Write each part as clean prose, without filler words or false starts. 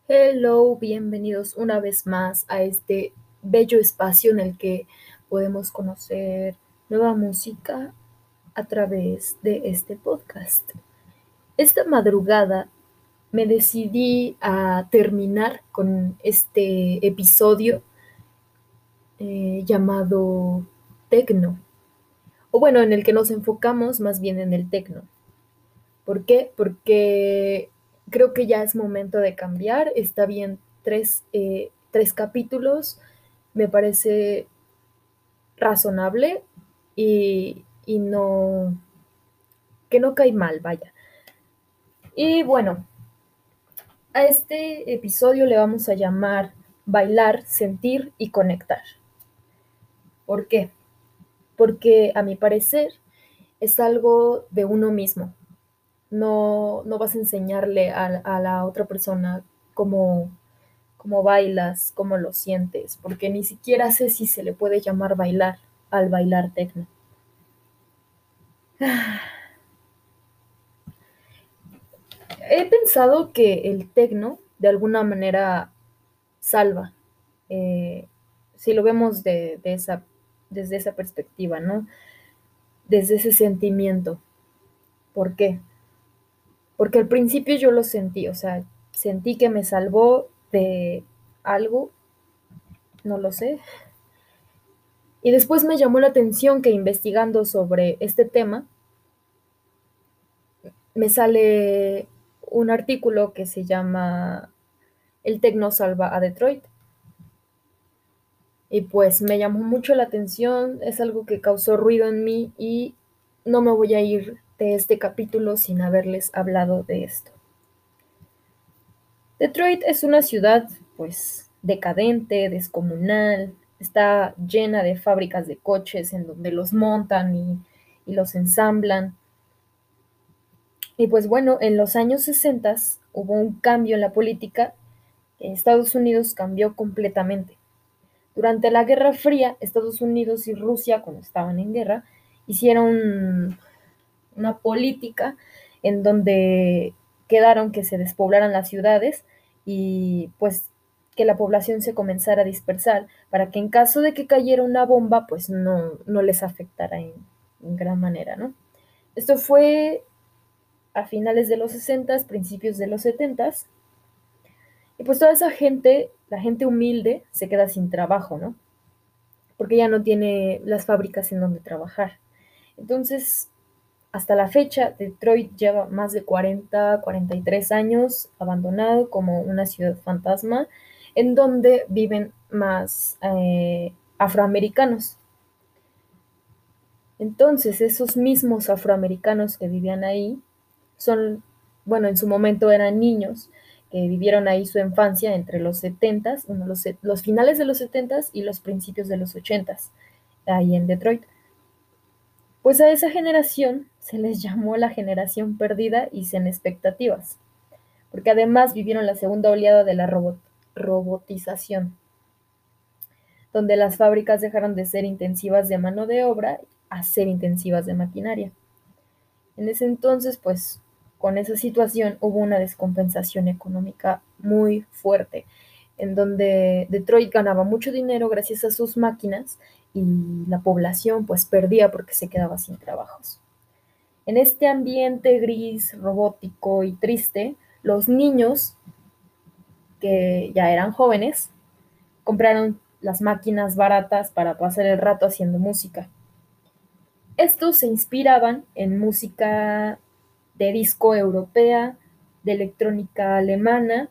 Hello, bienvenidos una vez más a este bello espacio en el que podemos conocer nueva música a través de este podcast. Esta madrugada me decidí a terminar con este episodio llamado Tecno, o bueno, en el que nos enfocamos más bien en el tecno. ¿Por qué? Porque creo que ya es momento de cambiar. Está bien, tres capítulos me parece razonable y no, que no cae mal, vaya. Y bueno, a este episodio le vamos a llamar Bailar, Sentir y Conectar. ¿Por qué? Porque a mi parecer es algo de uno mismo. No vas a enseñarle a la otra persona cómo, cómo bailas, cómo lo sientes, porque ni siquiera sé si se le puede llamar bailar al bailar tecno. He pensado que el tecno de alguna manera salva, eh, si lo vemos desde esa perspectiva, ¿no? Desde ese sentimiento. ¿Por qué? Porque al principio yo lo sentí, o sea, sentí que me salvó de algo, no lo sé. Y después me llamó la atención que investigando sobre este tema, me sale un artículo que se llama El tecno salva a Detroit. Y pues me llamó mucho la atención, es algo que causó ruido en mí y no me voy a ir de este capítulo sin haberles hablado de esto. Detroit es una ciudad pues decadente, descomunal, está llena de fábricas de coches en donde los montan y los ensamblan. Y pues bueno, en los años 60 hubo un cambio en la política, Estados Unidos cambió completamente. Durante la Guerra Fría, Estados Unidos y Rusia, cuando estaban en guerra, hicieron una política en donde quedaron que se despoblaran las ciudades y pues que la población se comenzara a dispersar para que en caso de que cayera una bomba, pues no les afectara en gran manera, ¿no? Esto fue a finales de los 60, principios de los 70, y pues toda esa gente, la gente humilde, se queda sin trabajo, ¿no? Porque ya no tiene las fábricas en donde trabajar. Entonces, hasta la fecha, Detroit lleva más de 43 años abandonado como una ciudad fantasma en donde viven más afroamericanos. Entonces, esos mismos afroamericanos que vivían ahí son, bueno, en su momento eran niños que vivieron ahí su infancia entre los 70s, bueno, los finales de los 70s y los principios de los 80s, ahí en Detroit. Pues a esa generación se les llamó la generación perdida y sin expectativas, porque además vivieron la segunda oleada de la robotización, donde las fábricas dejaron de ser intensivas de mano de obra a ser intensivas de maquinaria. En ese entonces, pues con esa situación hubo una descompensación económica muy fuerte, en donde Detroit ganaba mucho dinero gracias a sus máquinas y la población pues perdía porque se quedaba sin trabajos. En este ambiente gris, robótico y triste, los niños, que ya eran jóvenes, compraron las máquinas baratas para pasar el rato haciendo música. Estos se inspiraban en música de disco europea, de electrónica alemana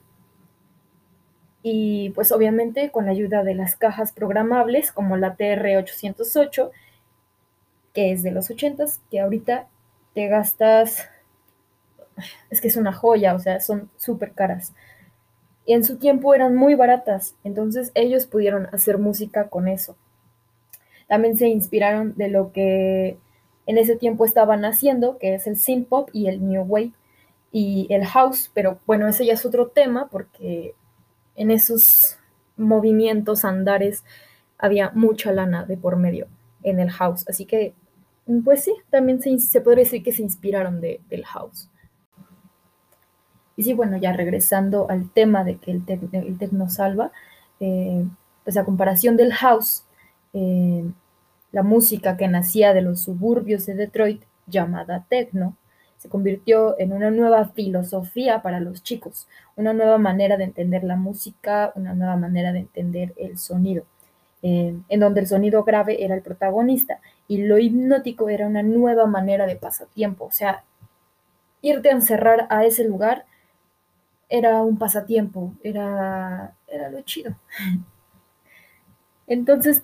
y pues obviamente con la ayuda de las cajas programables como la TR-808, que es de los 80s, que ahorita te gastas, es que es una joya, o sea, son súper caras. Y en su tiempo eran muy baratas, entonces ellos pudieron hacer música con eso. También se inspiraron de lo que en ese tiempo estaban haciendo, que es el synth pop y el new wave y el house, pero bueno, ese ya es otro tema porque en esos movimientos, andares, había mucha lana de por medio en el house, así que pues sí, también se podría decir que se inspiraron del house. Y sí, bueno, ya regresando al tema de que el techno salva, eh, pues a comparación del house, eh, la música que nacía de los suburbios de Detroit, llamada techno, se convirtió en una nueva filosofía para los chicos, una nueva manera de entender la música, una nueva manera de entender el sonido, en donde el sonido grave era el protagonista y lo hipnótico era una nueva manera de pasatiempo. O sea, irte a encerrar a ese lugar era un pasatiempo, era lo chido. Entonces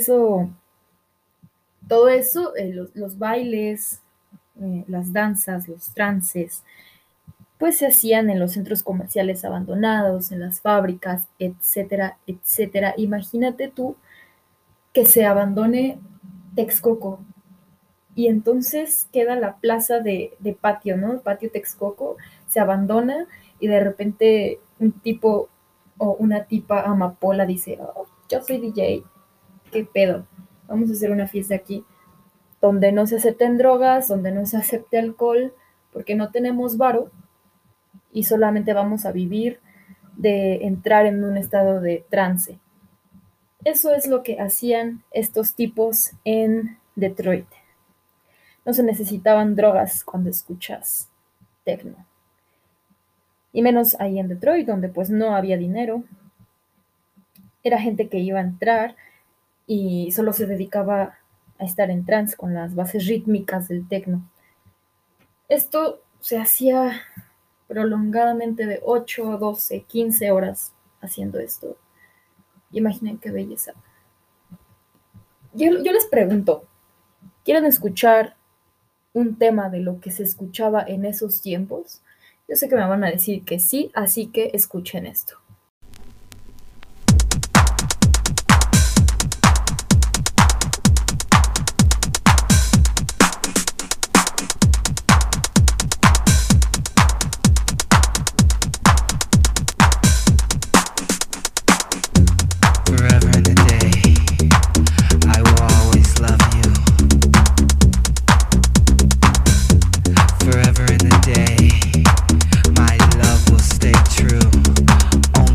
todo eso, los bailes, las danzas, los trances, pues se hacían en los centros comerciales abandonados, en las fábricas, etcétera, etcétera. Imagínate tú que se abandone Texcoco y entonces queda la plaza de patio, ¿no? Patio Texcoco se abandona y de repente un tipo o una tipa amapola dice, oh, yo soy DJ, ¿qué pedo? Vamos a hacer una fiesta aquí donde no se acepten drogas, donde no se acepte alcohol, porque no tenemos varo y solamente vamos a vivir de entrar en un estado de trance. Eso es lo que hacían estos tipos en Detroit. No se necesitaban drogas cuando escuchas techno. Y menos ahí en Detroit, donde pues no había dinero. Era gente que iba a entrar y solo se dedicaba a estar en trance con las bases rítmicas del techno. Esto se hacía prolongadamente de 8, 12, 15 horas haciendo esto. Imaginen qué belleza. Yo les pregunto, ¿quieren escuchar un tema de lo que se escuchaba en esos tiempos? Yo sé que me van a decir que sí, así que escuchen esto. Forever and a day, I will always love you. Forever and a day, my love will stay true.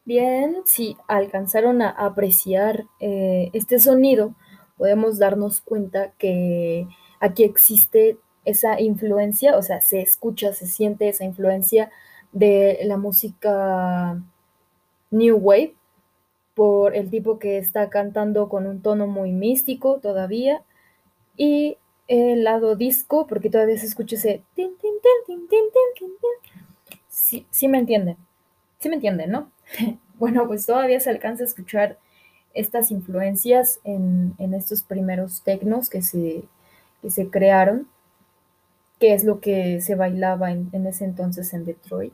Bien, si alcanzaron a apreciar este sonido, podemos darnos cuenta que aquí existe esa influencia, o sea, se escucha, se siente esa influencia de la música New Wave por el tipo que está cantando con un tono muy místico todavía y el lado disco porque todavía se escucha ese tin, tin, tin, tin, tin, tin, tin. Sí, sí me entienden, ¿no? Bueno, pues todavía se alcanza a escuchar estas influencias en estos primeros tecnos que se crearon, que es lo que se bailaba en ese entonces en Detroit.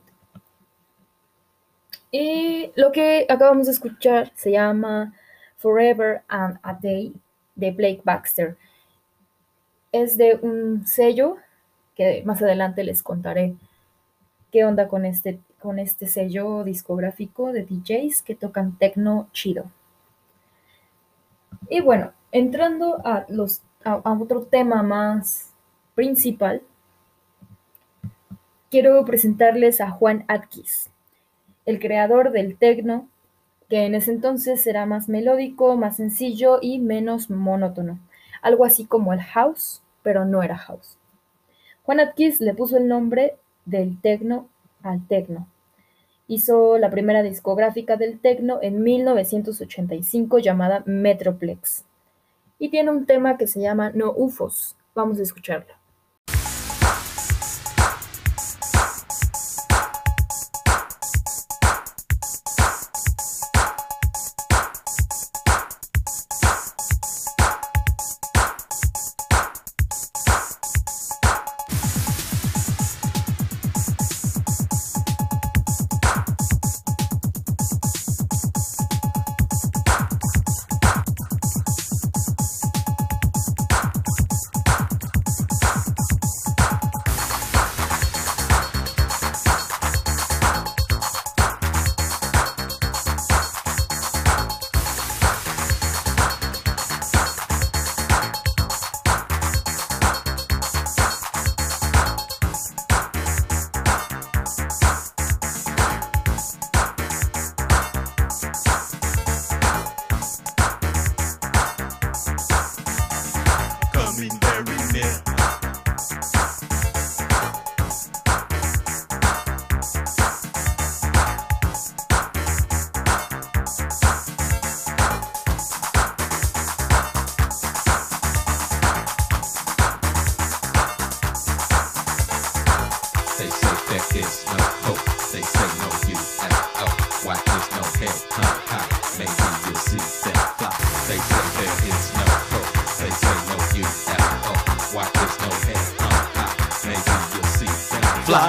Y lo que acabamos de escuchar se llama Forever and a Day de Blake Baxter. Es de un sello que más adelante les contaré qué onda con este sello discográfico de DJs que tocan techno chido. Y bueno, entrando a otro tema más principal, quiero presentarles a Juan Atkins, el creador del techno, que en ese entonces era más melódico, más sencillo y menos monótono. Algo así como el house, pero no era house. Juan Atkins le puso el nombre del techno al techno. Hizo la primera discográfica del techno en 1985 llamada Metroplex. Y tiene un tema que se llama No UFOs. Vamos a escucharlo. Coming very near. They say there is no hope. They say no UFO. Why is no head high? Maybe you'll see them fly. They say there is no hope. They say no UFO. Why is no head high? Maybe you'll see them fly.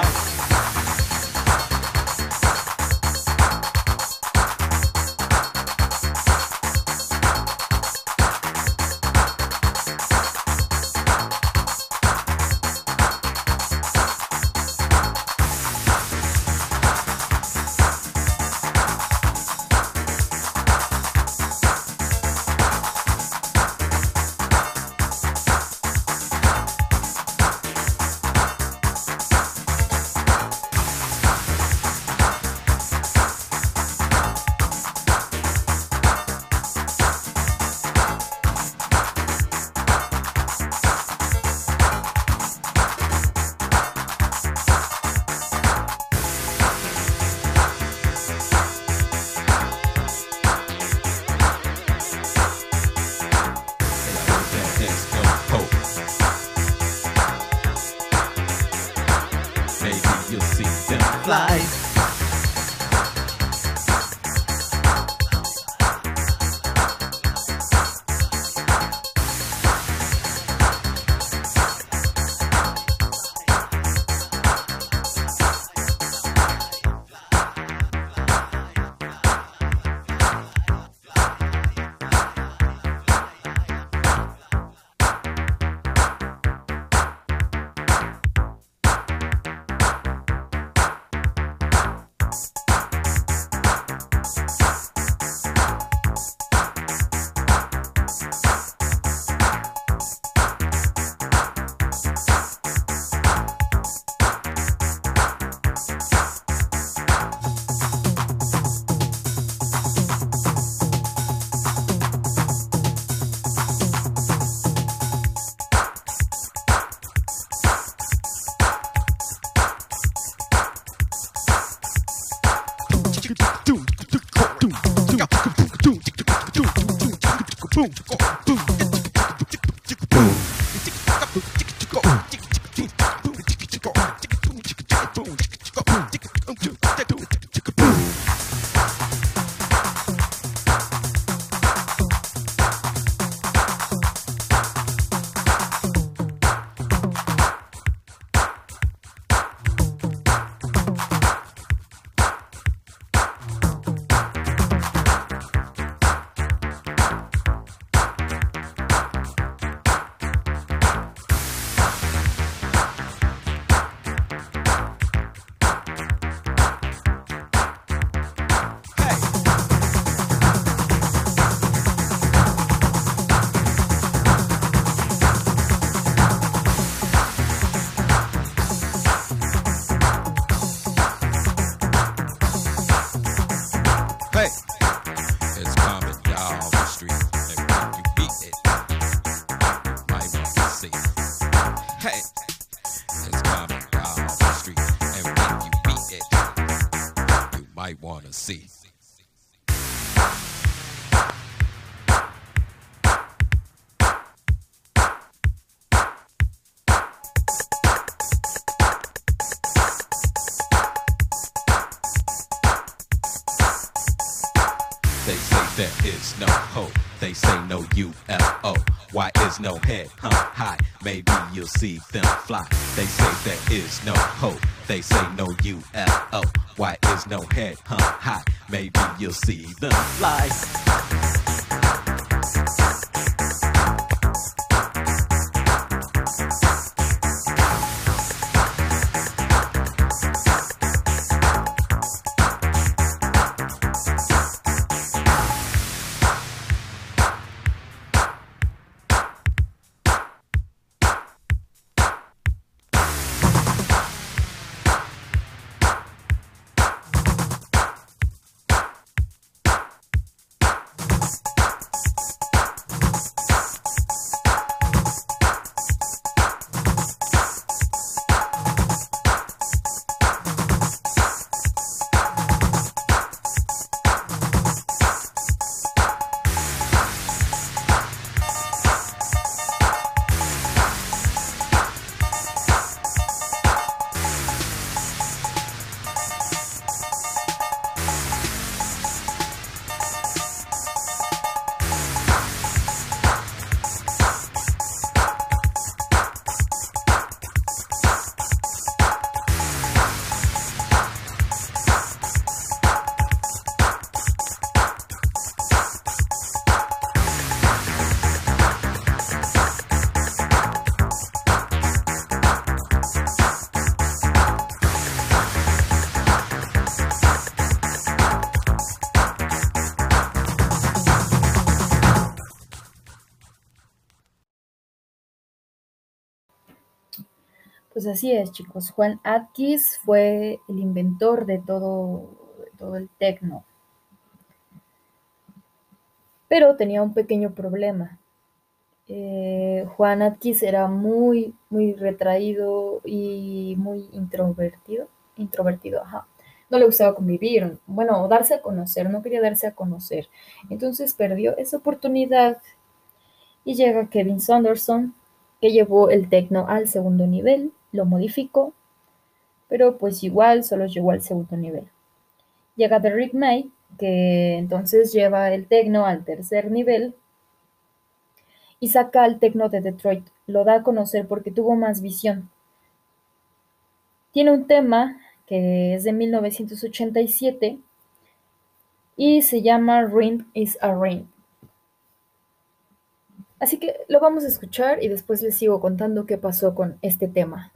You'll see them fly. see. They say there is no hope. They say no UFO. Why is no head hung high? Maybe you'll see them fly. They say there is no hope. They say no UFO. Why is no head hung high? Maybe you'll see them fly. Pues así es, chicos. Juan Atkins fue el inventor de todo el techno. Pero tenía un pequeño problema. Juan Atkins era muy retraído y muy introvertido, ajá. No le gustaba convivir, bueno, darse a conocer, no quería darse a conocer. Entonces perdió esa oportunidad y llega Kevin Saunderson, que llevó el techno al segundo nivel, lo modificó, pero pues igual solo llegó al segundo nivel. Llega Derrick May, que entonces lleva el techno al tercer nivel y saca al techno de Detroit. Lo da a conocer porque tuvo más visión. Tiene un tema que es de 1987 y se llama Ring is a Ring. Así que lo vamos a escuchar y después les sigo contando qué pasó con este tema.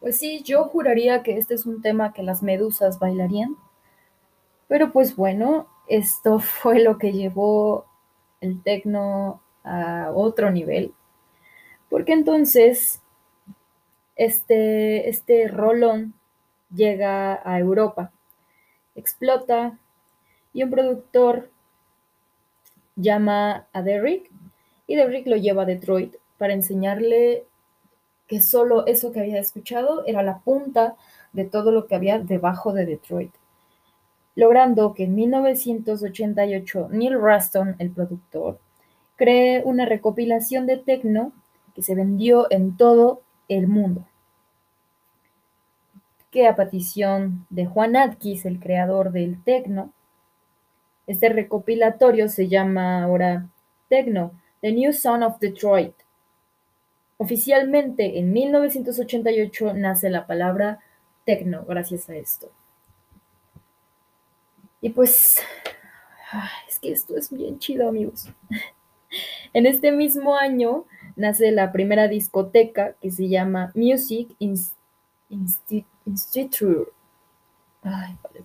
Pues sí, yo juraría que este es un tema que las medusas bailarían, pero pues bueno, esto fue lo que llevó el tecno a otro nivel, porque entonces este rolón llega a Europa, explota y un productor llama a Derrick y Derrick lo lleva a Detroit para enseñarle que solo eso que había escuchado era la punta de todo lo que había debajo de Detroit, logrando que en 1988 Neil Ruston, el productor, cree una recopilación de techno que se vendió en todo el mundo, que a petición de Juan Atkins, el creador del techno, este recopilatorio se llama ahora Techno, The New Sound of Detroit. Oficialmente en 1988 nace la palabra techno gracias a esto. Y pues, es que esto es bien chido, amigos. En este mismo año nace la primera discoteca que se llama Music Institute. Ay, vale.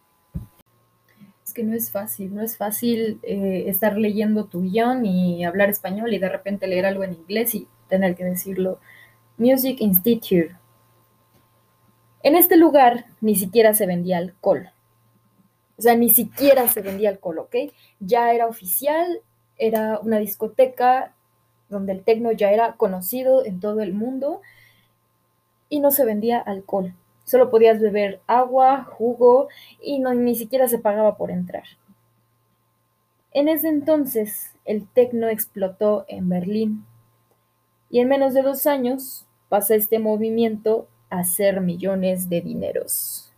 Es que no es fácil estar leyendo tu guión y hablar español y de repente leer algo en inglés y tener que decirlo. Music Institute. En este lugar ni siquiera se vendía alcohol. O sea, ni siquiera se vendía alcohol, ¿ok? Ya era oficial, era una discoteca donde el techno ya era conocido en todo el mundo y no se vendía alcohol. Solo podías beber agua, jugo y ni siquiera se pagaba por entrar. En ese entonces, el techno explotó en Berlín y en menos de 2 años pasa este movimiento a hacer millones de dineros.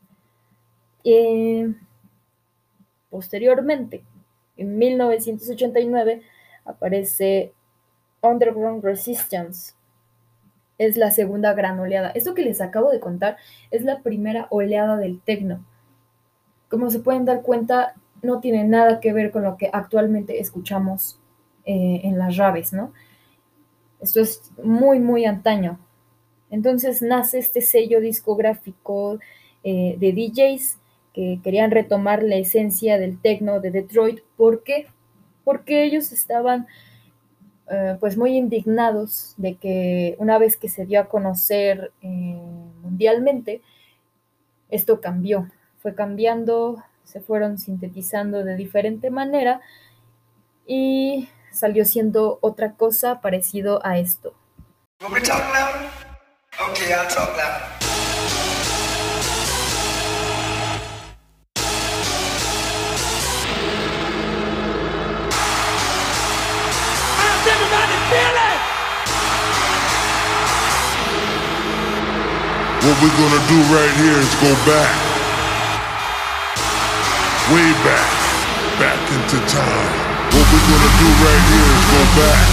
Posteriormente, en 1989, aparece Underground Resistance. Es la segunda gran oleada. Esto que les acabo de contar es la primera oleada del techno. Como se pueden dar cuenta, no tiene nada que ver con lo que actualmente escuchamos en las raves, ¿no? Esto es muy, muy antaño. Entonces nace este sello discográfico de DJs que querían retomar la esencia del techno de Detroit. ¿Por qué? Porque ellos estaban pues muy indignados de que una vez que se dio a conocer mundialmente, esto cambió, fue cambiando, se fueron sintetizando de diferente manera y salió siendo otra cosa parecido a esto. Want me to talk louder? Okay, I'll talk louder. How's everybody feeling? What we're gonna do right here is go back, way back into time. What we're gonna do right here is go back.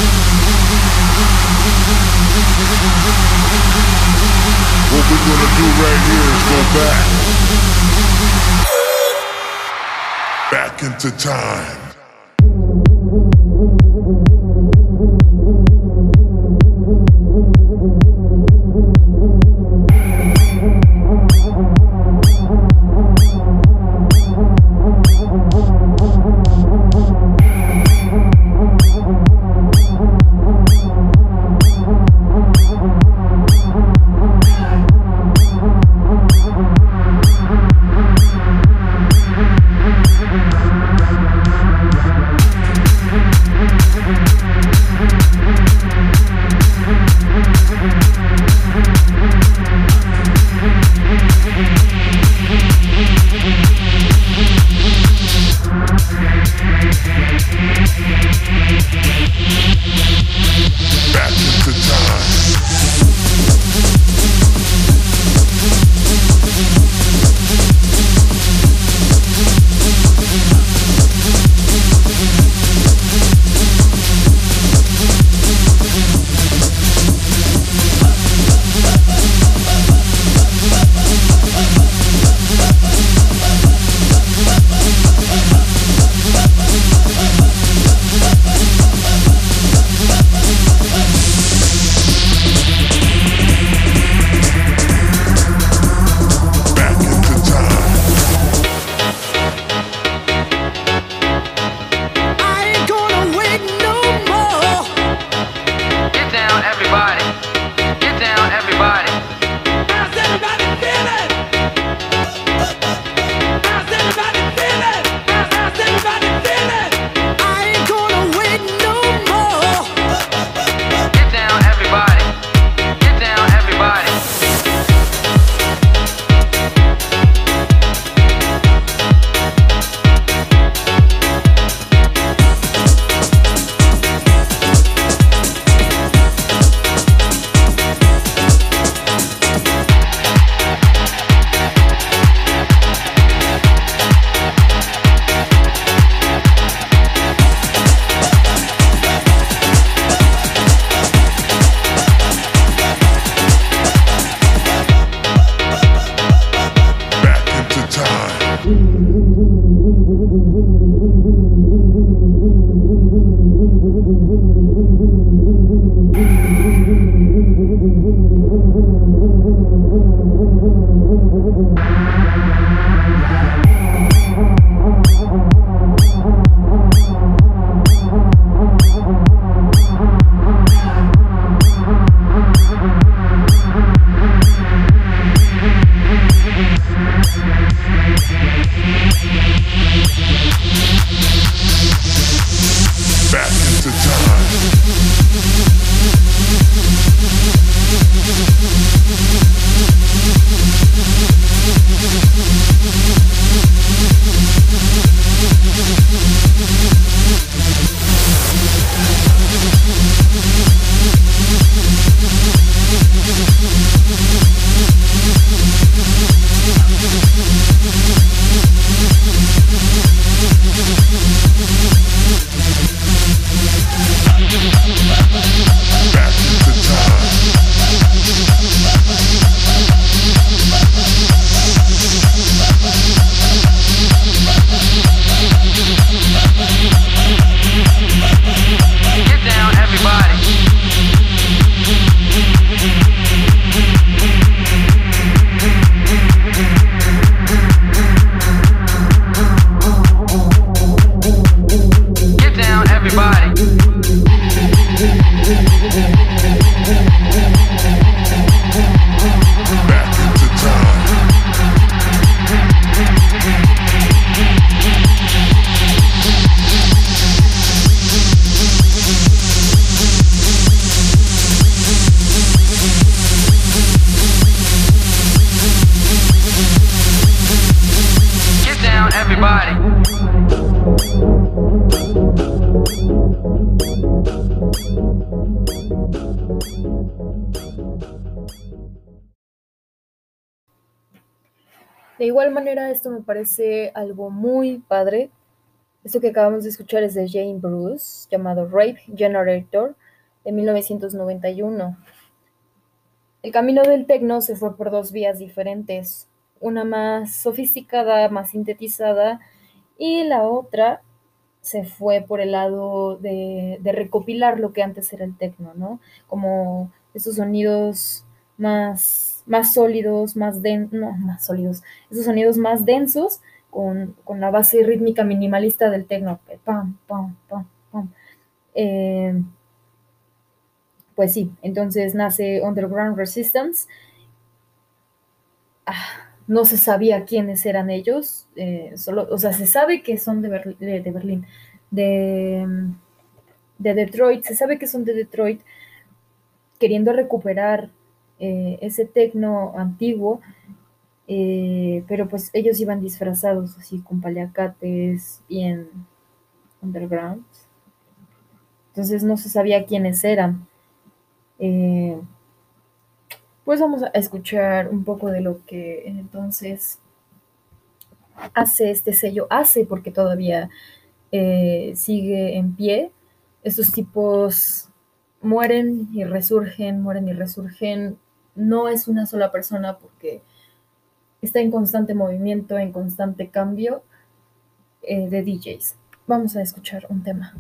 What we're gonna do right here is go back into time. Back into time. Back into time. Get down, everybody. Get down, everybody. Back into time. Get down, everybody. De igual manera, esto me parece algo muy padre. Esto que acabamos de escuchar es de Jane Bruce, llamado Rape Generator, de 1991. El camino del techno se fue por dos vías diferentes, una más sofisticada, más sintetizada, y la otra se fue por el lado de recopilar lo que antes era el techno, ¿no? Como esos sonidos más sólidos, más sólidos, esos sonidos más densos con la base rítmica minimalista del techno, que pam, pam, pam, pam. Pues sí, entonces nace Underground Resistance. No se sabía quiénes eran ellos, o sea, se sabe que son de Berlín, de Detroit, se sabe que son de Detroit, queriendo recuperar ese techno antiguo, pero pues ellos iban disfrazados así con paliacates y en underground. Entonces no se sabía quiénes eran. Pues vamos a escuchar un poco de lo que entonces hace este sello, porque todavía sigue en pie. Estos tipos mueren y resurgen, mueren y resurgen. No es una sola persona porque está en constante movimiento, en constante cambio de DJs. Vamos a escuchar un tema.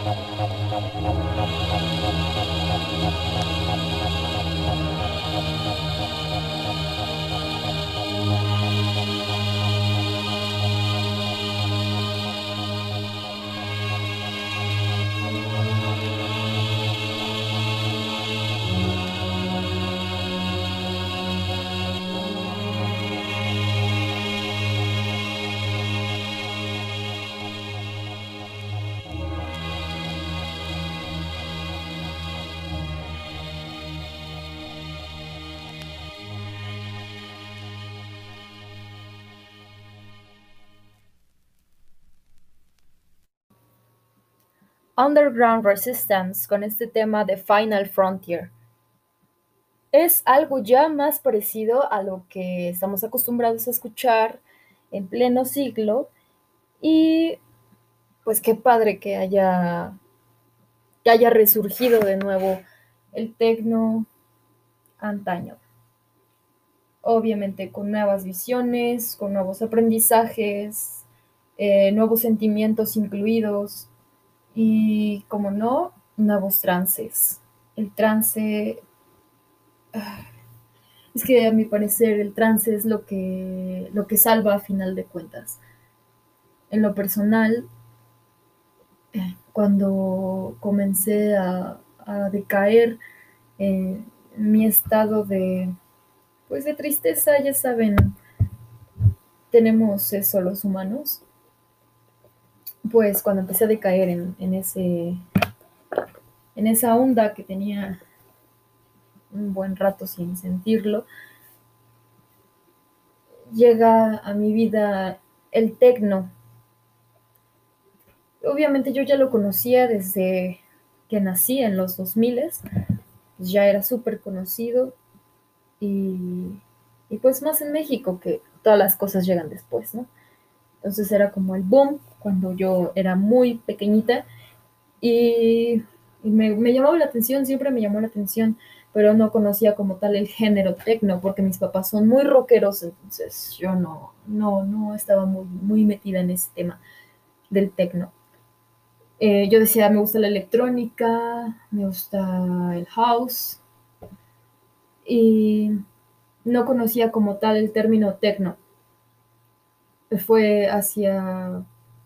Underground Resistance con este tema de Final Frontier. Es algo ya más parecido a lo que estamos acostumbrados a escuchar en pleno siglo y pues qué padre que haya resurgido de nuevo el techno antaño. Obviamente con nuevas visiones, con nuevos aprendizajes, nuevos sentimientos incluidos y, como no, nuevos trances. El trance, es que a mi parecer el trance es lo que salva a final de cuentas. En lo personal, cuando comencé a decaer en mi estado pues de tristeza, ya saben, tenemos eso los humanos, pues cuando empecé a decaer en esa onda que tenía un buen rato sin sentirlo, llega a mi vida el techno. Obviamente yo ya lo conocía desde que nací en los 2000, pues ya era súper conocido y pues más en México, que todas las cosas llegan después, ¿no? Entonces era como el boom cuando yo era muy pequeñita y me llamaba la atención, siempre me llamó la atención, pero no conocía como tal el género techno porque mis papás son muy rockeros, entonces yo no estaba muy metida en ese tema del techno. Yo decía, me gusta la electrónica, me gusta el house y no conocía como tal el término techno. Fue hacia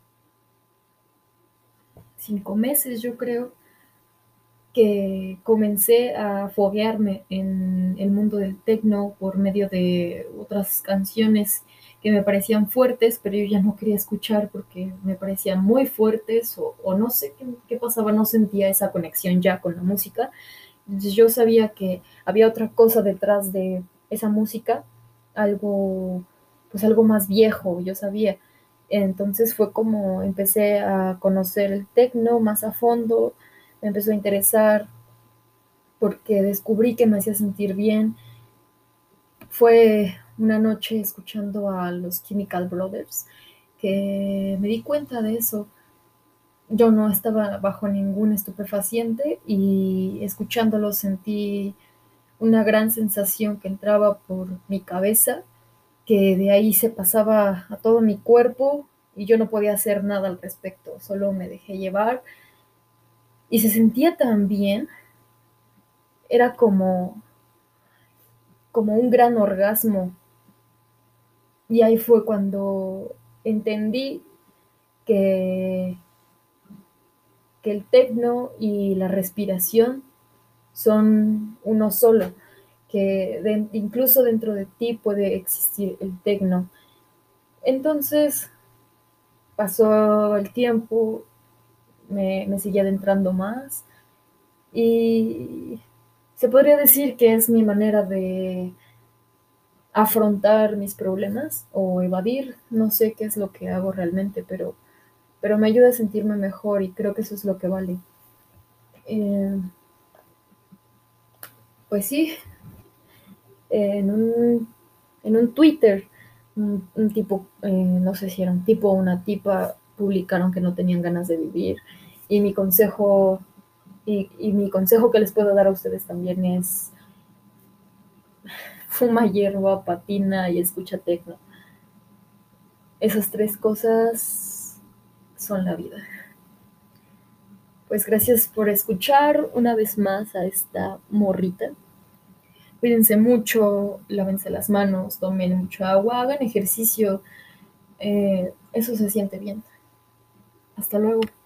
5 meses, yo creo, que comencé a foguearme en el mundo del techno por medio de otras canciones que me parecían fuertes, pero yo ya no quería escuchar porque me parecían muy fuertes o no sé qué pasaba, no sentía esa conexión ya con la música. Entonces yo sabía que había otra cosa detrás de esa música, algo, pues algo más viejo, yo sabía. Entonces fue como empecé a conocer el techno más a fondo, me empezó a interesar porque descubrí que me hacía sentir bien. Fue una noche escuchando a los Chemical Brothers que me di cuenta de eso. Yo no estaba bajo ningún estupefaciente y escuchándolo sentí una gran sensación que entraba por mi cabeza, que de ahí se pasaba a todo mi cuerpo y yo no podía hacer nada al respecto, solo me dejé llevar y se sentía tan bien, era como un gran orgasmo. Y ahí fue cuando entendí que, que el techno y la respiración son uno solo, que incluso dentro de ti puede existir el techno. Entonces pasó el tiempo, me seguí adentrando más y se podría decir que es mi manera de afrontar mis problemas o evadir, no sé qué es lo que hago realmente, pero me ayuda a sentirme mejor y creo que eso es lo que vale. Eh, pues sí, en un Twitter, un tipo, no sé si era un tipo o una tipa, publicaron que no tenían ganas de vivir y mi consejo, y mi consejo que les puedo dar a ustedes también es fuma hierba, patina y escucha techno. Esas tres cosas son la vida. Pues gracias por escuchar una vez más a esta morrita. Cuídense mucho, lávense las manos, tomen mucha agua, hagan ejercicio. Eso se siente bien. Hasta luego.